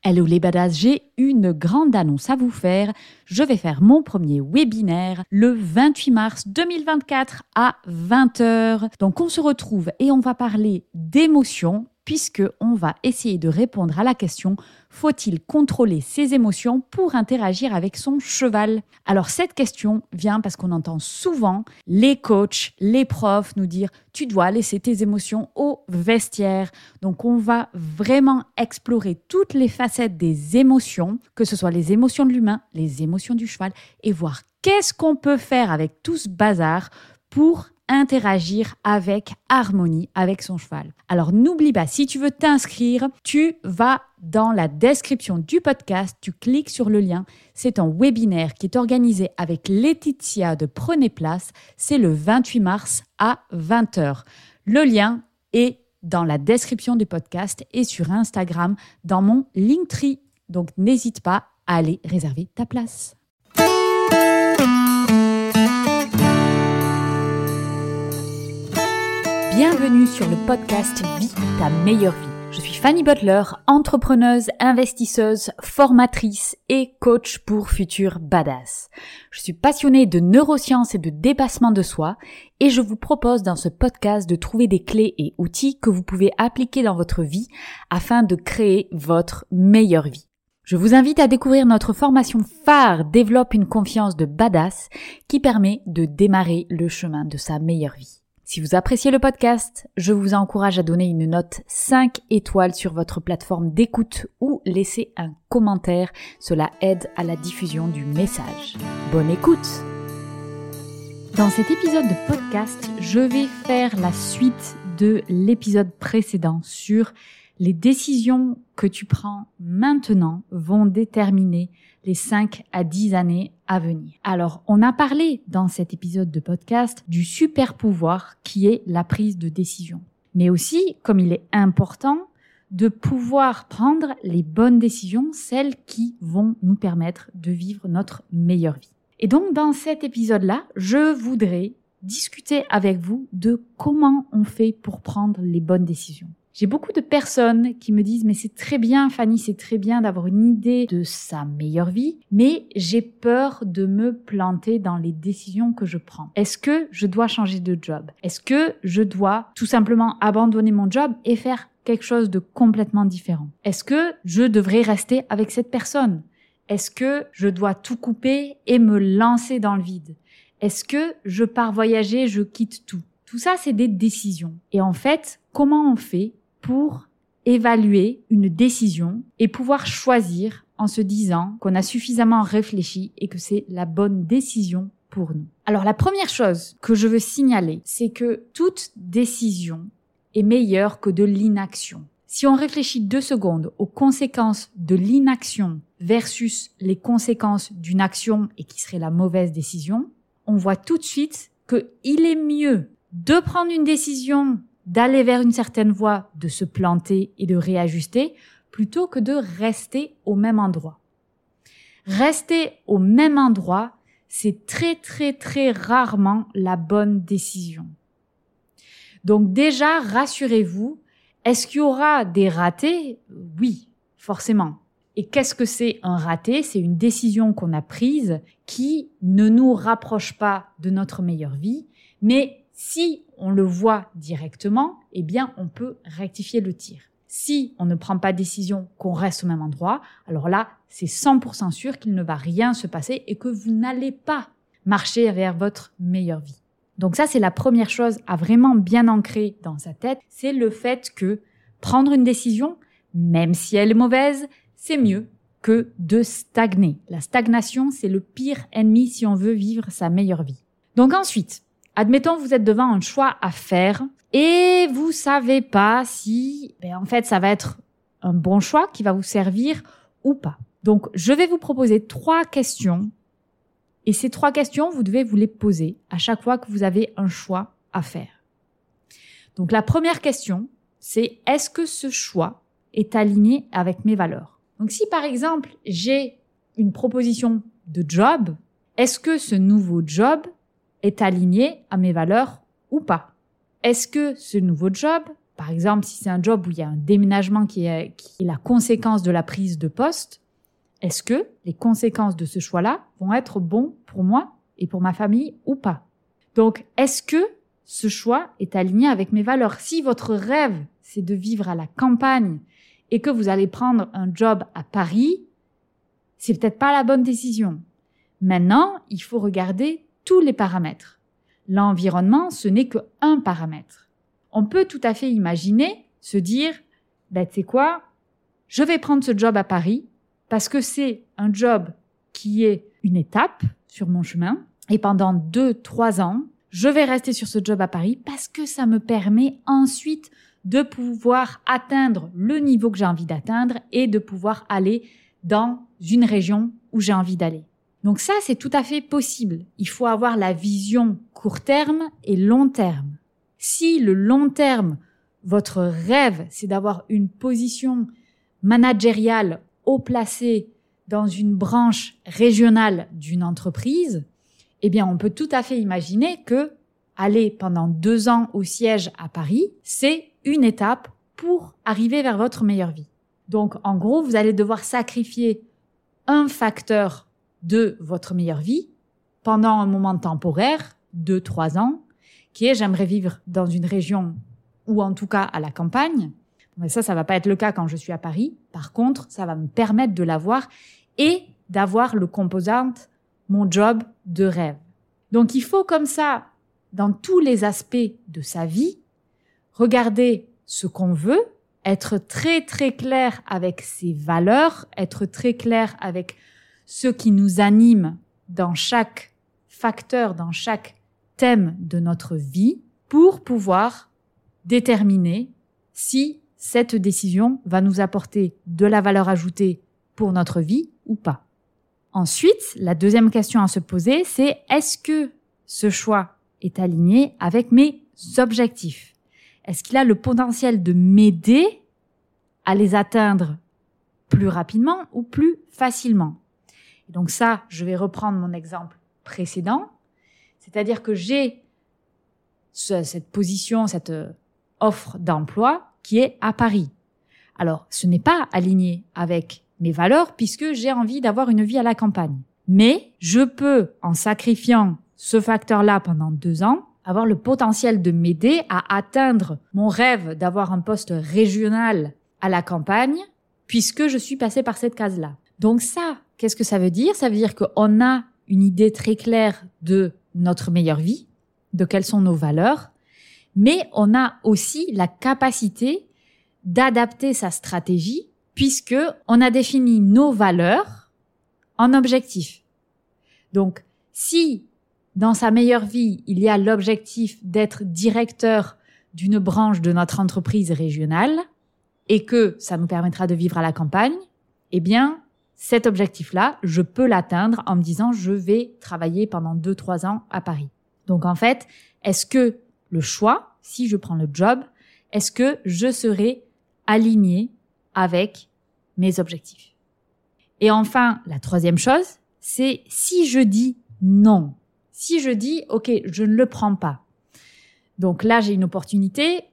Hello les badass, j'ai une grande annonce à vous faire. Je vais faire mon premier webinaire le 28 mars 2024 à 20h. Donc on se retrouve et on va parler d'émotions puisque on va essayer de répondre à la question « Faut-il contrôler ses émotions pour interagir avec son cheval ?» Alors cette question vient parce qu'on entend souvent les coachs, les profs nous dire « Tu dois laisser tes émotions au vestiaire ». Donc on va vraiment explorer toutes les facettes des émotions, que ce soit les émotions de l'humain, les émotions du cheval, et voir qu'est-ce qu'on peut faire avec tout ce bazar pour interagir avec harmonie avec son cheval. Alors n'oublie pas, si tu veux t'inscrire, tu vas dans la description du podcast, tu cliques sur le lien. C'est un webinaire qui est organisé avec Laetitia de Prenez Place. C'est le 28 mars à 20h. Le lien est dans la description du podcast et sur Instagram dans mon Linktree. Donc n'hésite pas à aller réserver ta place. Bienvenue sur le podcast Vis ta meilleure vie. Je suis Fanny Butler, entrepreneuse, investisseuse, formatrice et coach pour futurs badass. Je suis passionnée de neurosciences et de dépassement de soi et je vous propose dans ce podcast de trouver des clés et outils que vous pouvez appliquer dans votre vie afin de créer votre meilleure vie. Je vous invite à découvrir notre formation phare Développe une confiance de badass qui permet de démarrer le chemin de sa meilleure vie. Si vous appréciez le podcast, je vous encourage à donner une note 5 étoiles sur votre plateforme d'écoute ou laisser un commentaire. Cela aide à la diffusion du message. Bonne écoute! Dans cet épisode de podcast, je vais faire la suite de l'épisode précédent sur les décisions que tu prends maintenant vont déterminer les 5 à 10 années à venir. Alors, on a parlé dans cet épisode de podcast du super pouvoir qui est la prise de décision. Mais aussi, comme il est important de pouvoir prendre les bonnes décisions, celles qui vont nous permettre de vivre notre meilleure vie. Et donc, dans cet épisode-là, je voudrais discuter avec vous de comment on fait pour prendre les bonnes décisions. J'ai beaucoup de personnes qui me disent « Mais c'est très bien, Fanny, c'est très bien d'avoir une idée de sa meilleure vie, mais j'ai peur de me planter dans les décisions que je prends. Est-ce que je dois changer de job? Est-ce que je dois tout simplement abandonner mon job et faire quelque chose de complètement différent? Est-ce que je devrais rester avec cette personne? Est-ce que je dois tout couper et me lancer dans le vide? Est-ce que je pars voyager, je quitte tout? » Tout ça, c'est des décisions. Et en fait, comment on fait pour évaluer une décision et pouvoir choisir en se disant qu'on a suffisamment réfléchi et que c'est la bonne décision pour nous. Alors la première chose que je veux signaler, c'est que toute décision est meilleure que de l'inaction. Si on réfléchit 2 secondes aux conséquences de l'inaction versus les conséquences d'une action et qui serait la mauvaise décision, on voit tout de suite qu'il est mieux de prendre une décision d'aller vers une certaine voie, de se planter et de réajuster, plutôt que de rester au même endroit. Rester au même endroit, c'est très très très rarement la bonne décision. Donc déjà, rassurez-vous, est-ce qu'il y aura des ratés? Oui, forcément. Et qu'est-ce que c'est un raté? C'est une décision qu'on a prise qui ne nous rapproche pas de notre meilleure vie, mais si on le voit directement, eh bien, on peut rectifier le tir. Si on ne prend pas de décision, qu'on reste au même endroit, alors là, c'est 100% sûr qu'il ne va rien se passer et que vous n'allez pas marcher vers votre meilleure vie. Donc ça, c'est la première chose à vraiment bien ancrer dans sa tête, c'est le fait que prendre une décision, même si elle est mauvaise, c'est mieux que de stagner. La stagnation, c'est le pire ennemi si on veut vivre sa meilleure vie. Donc ensuite, admettons que vous êtes devant un choix à faire et vous savez pas si, en fait, ça va être un bon choix qui va vous servir ou pas. Donc, je vais vous proposer 3 questions et ces 3 questions, vous devez vous les poser à chaque fois que vous avez un choix à faire. Donc, la première question, c'est est-ce que ce choix est aligné avec mes valeurs? Donc, si par exemple, j'ai une proposition de job, est-ce que ce nouveau job est aligné à mes valeurs ou pas? Est-ce que ce nouveau job, par exemple, si c'est un job où il y a un déménagement qui est la conséquence de la prise de poste, est-ce que les conséquences de ce choix-là vont être bons pour moi et pour ma famille ou pas? Donc, est-ce que ce choix est aligné avec mes valeurs? Si votre rêve, c'est de vivre à la campagne et que vous allez prendre un job à Paris, c'est peut-être pas la bonne décision. Maintenant, il faut regarder tous les paramètres. L'environnement, ce n'est qu'un paramètre. On peut tout à fait imaginer, se dire, tu sais quoi, je vais prendre ce job à Paris parce que c'est un job qui est une étape sur mon chemin et pendant 2-3 ans, je vais rester sur ce job à Paris parce que ça me permet ensuite de pouvoir atteindre le niveau que j'ai envie d'atteindre et de pouvoir aller dans une région où j'ai envie d'aller. Donc ça, c'est tout à fait possible. Il faut avoir la vision court terme et long terme. Si le long terme, votre rêve, c'est d'avoir une position managériale haut placée dans une branche régionale d'une entreprise, eh bien, on peut tout à fait imaginer que aller pendant 2 ans au siège à Paris, c'est une étape pour arriver vers votre meilleure vie. Donc, en gros, vous allez devoir sacrifier un facteur de votre meilleure vie pendant un moment temporaire, 2-3 ans, qui est j'aimerais vivre dans une région ou en tout cas à la campagne. Mais ça va pas être le cas quand je suis à Paris. Par contre, ça va me permettre de l'avoir et d'avoir le composante mon job de rêve. Donc, il faut comme ça, dans tous les aspects de sa vie, regarder ce qu'on veut, être très très clair avec ses valeurs, être très clair avec ce qui nous anime dans chaque facteur, dans chaque thème de notre vie, pour pouvoir déterminer si cette décision va nous apporter de la valeur ajoutée pour notre vie ou pas. Ensuite, la deuxième question à se poser, c'est est-ce que ce choix est aligné avec mes objectifs? Est-ce qu'il a le potentiel de m'aider à les atteindre plus rapidement ou plus facilement? Et donc ça, je vais reprendre mon exemple précédent, c'est-à-dire que j'ai cette position, cette offre d'emploi qui est à Paris. Alors, ce n'est pas aligné avec mes valeurs puisque j'ai envie d'avoir une vie à la campagne. Mais je peux, en sacrifiant ce facteur-là pendant 2 ans, avoir le potentiel de m'aider à atteindre mon rêve d'avoir un poste régional à la campagne puisque je suis passée par cette case-là. Donc ça, qu'est-ce que ça veut dire? Ça veut dire qu'on a une idée très claire de notre meilleure vie, de quelles sont nos valeurs, mais on a aussi la capacité d'adapter sa stratégie puisque on a défini nos valeurs en objectifs. Donc, si dans sa meilleure vie, il y a l'objectif d'être directeur d'une branche de notre entreprise régionale et que ça nous permettra de vivre à la campagne, eh bien, cet objectif-là, je peux l'atteindre en me disant je vais travailler pendant 2-3 ans à Paris. Donc, en fait, est-ce que le choix, si je prends le job, est-ce que je serai aligné avec mes objectifs? Et enfin, la troisième chose, c'est si je dis non. Si je dis, OK, je ne le prends pas. Donc là, j'ai une opportunité,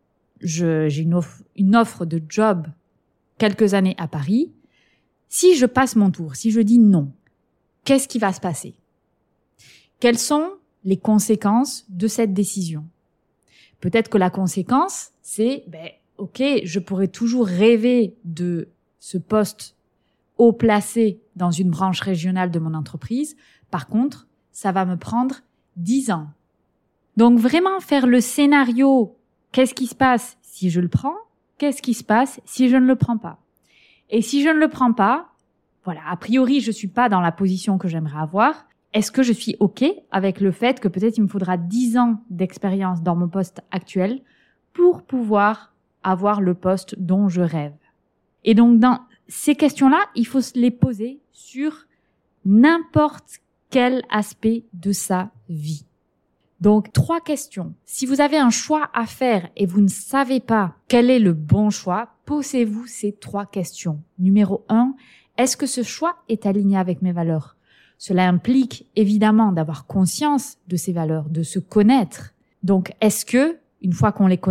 j'ai une offre de job quelques années à Paris. Si je passe mon tour, si je dis non, qu'est-ce qui va se passer? Quelles sont les conséquences de cette décision? Peut-être que la conséquence, c'est, OK, je pourrais toujours rêver de ce poste haut placé dans une branche régionale de mon entreprise. Par contre, ça va me prendre 10 ans. Donc vraiment faire le scénario, qu'est-ce qui se passe si je le prends? Qu'est-ce qui se passe si je ne le prends pas? Et si je ne le prends pas, voilà, a priori, je suis pas dans la position que j'aimerais avoir. Est-ce que je suis OK avec le fait que peut-être il me faudra 10 ans d'expérience dans mon poste actuel pour pouvoir avoir le poste dont je rêve? Et donc, dans ces questions-là, il faut se les poser sur n'importe quel aspect de sa vie. Donc, 3 questions. Si vous avez un choix à faire et vous ne savez pas quel est le bon choix, posez-vous ces 3 questions. Numéro 1, est-ce que ce choix est aligné avec mes valeurs? Cela implique évidemment d'avoir conscience de ces valeurs, de se connaître. Donc, est-ce que, une fois qu'on les connaît,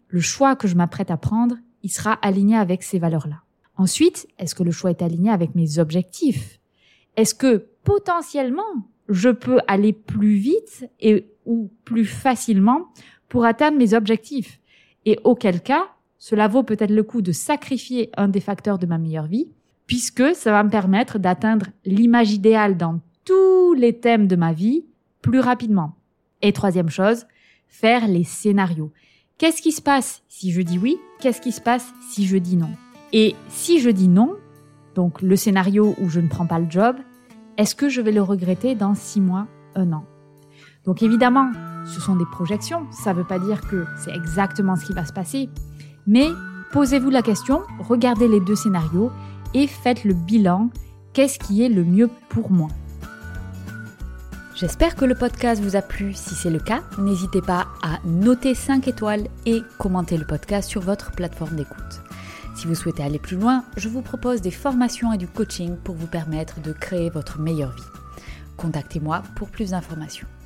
le choix que je m'apprête à prendre, il sera aligné avec ces valeurs-là. Ensuite, est-ce que le choix est aligné avec mes objectifs? Est-ce que potentiellement, je peux aller plus vite ou plus facilement pour atteindre mes objectifs? Et auquel cas, cela vaut peut-être le coup de sacrifier un des facteurs de ma meilleure vie, puisque ça va me permettre d'atteindre l'image idéale dans tous les thèmes de ma vie plus rapidement. Et troisième chose, faire les scénarios. Qu'est-ce qui se passe si je dis oui? Qu'est-ce qui se passe si je dis non? Et si je dis non, donc le scénario où je ne prends pas le job, est-ce que je vais le regretter dans 6 mois, 1 an? Donc évidemment, ce sont des projections, ça ne veut pas dire que c'est exactement ce qui va se passer, mais posez-vous la question, regardez les 2 scénarios et faites le bilan, qu'est-ce qui est le mieux pour moi? J'espère que le podcast vous a plu. Si c'est le cas, n'hésitez pas à noter 5 étoiles et commenter le podcast sur votre plateforme d'écoute. Si vous souhaitez aller plus loin, je vous propose des formations et du coaching pour vous permettre de créer votre meilleure vie. Contactez-moi pour plus d'informations.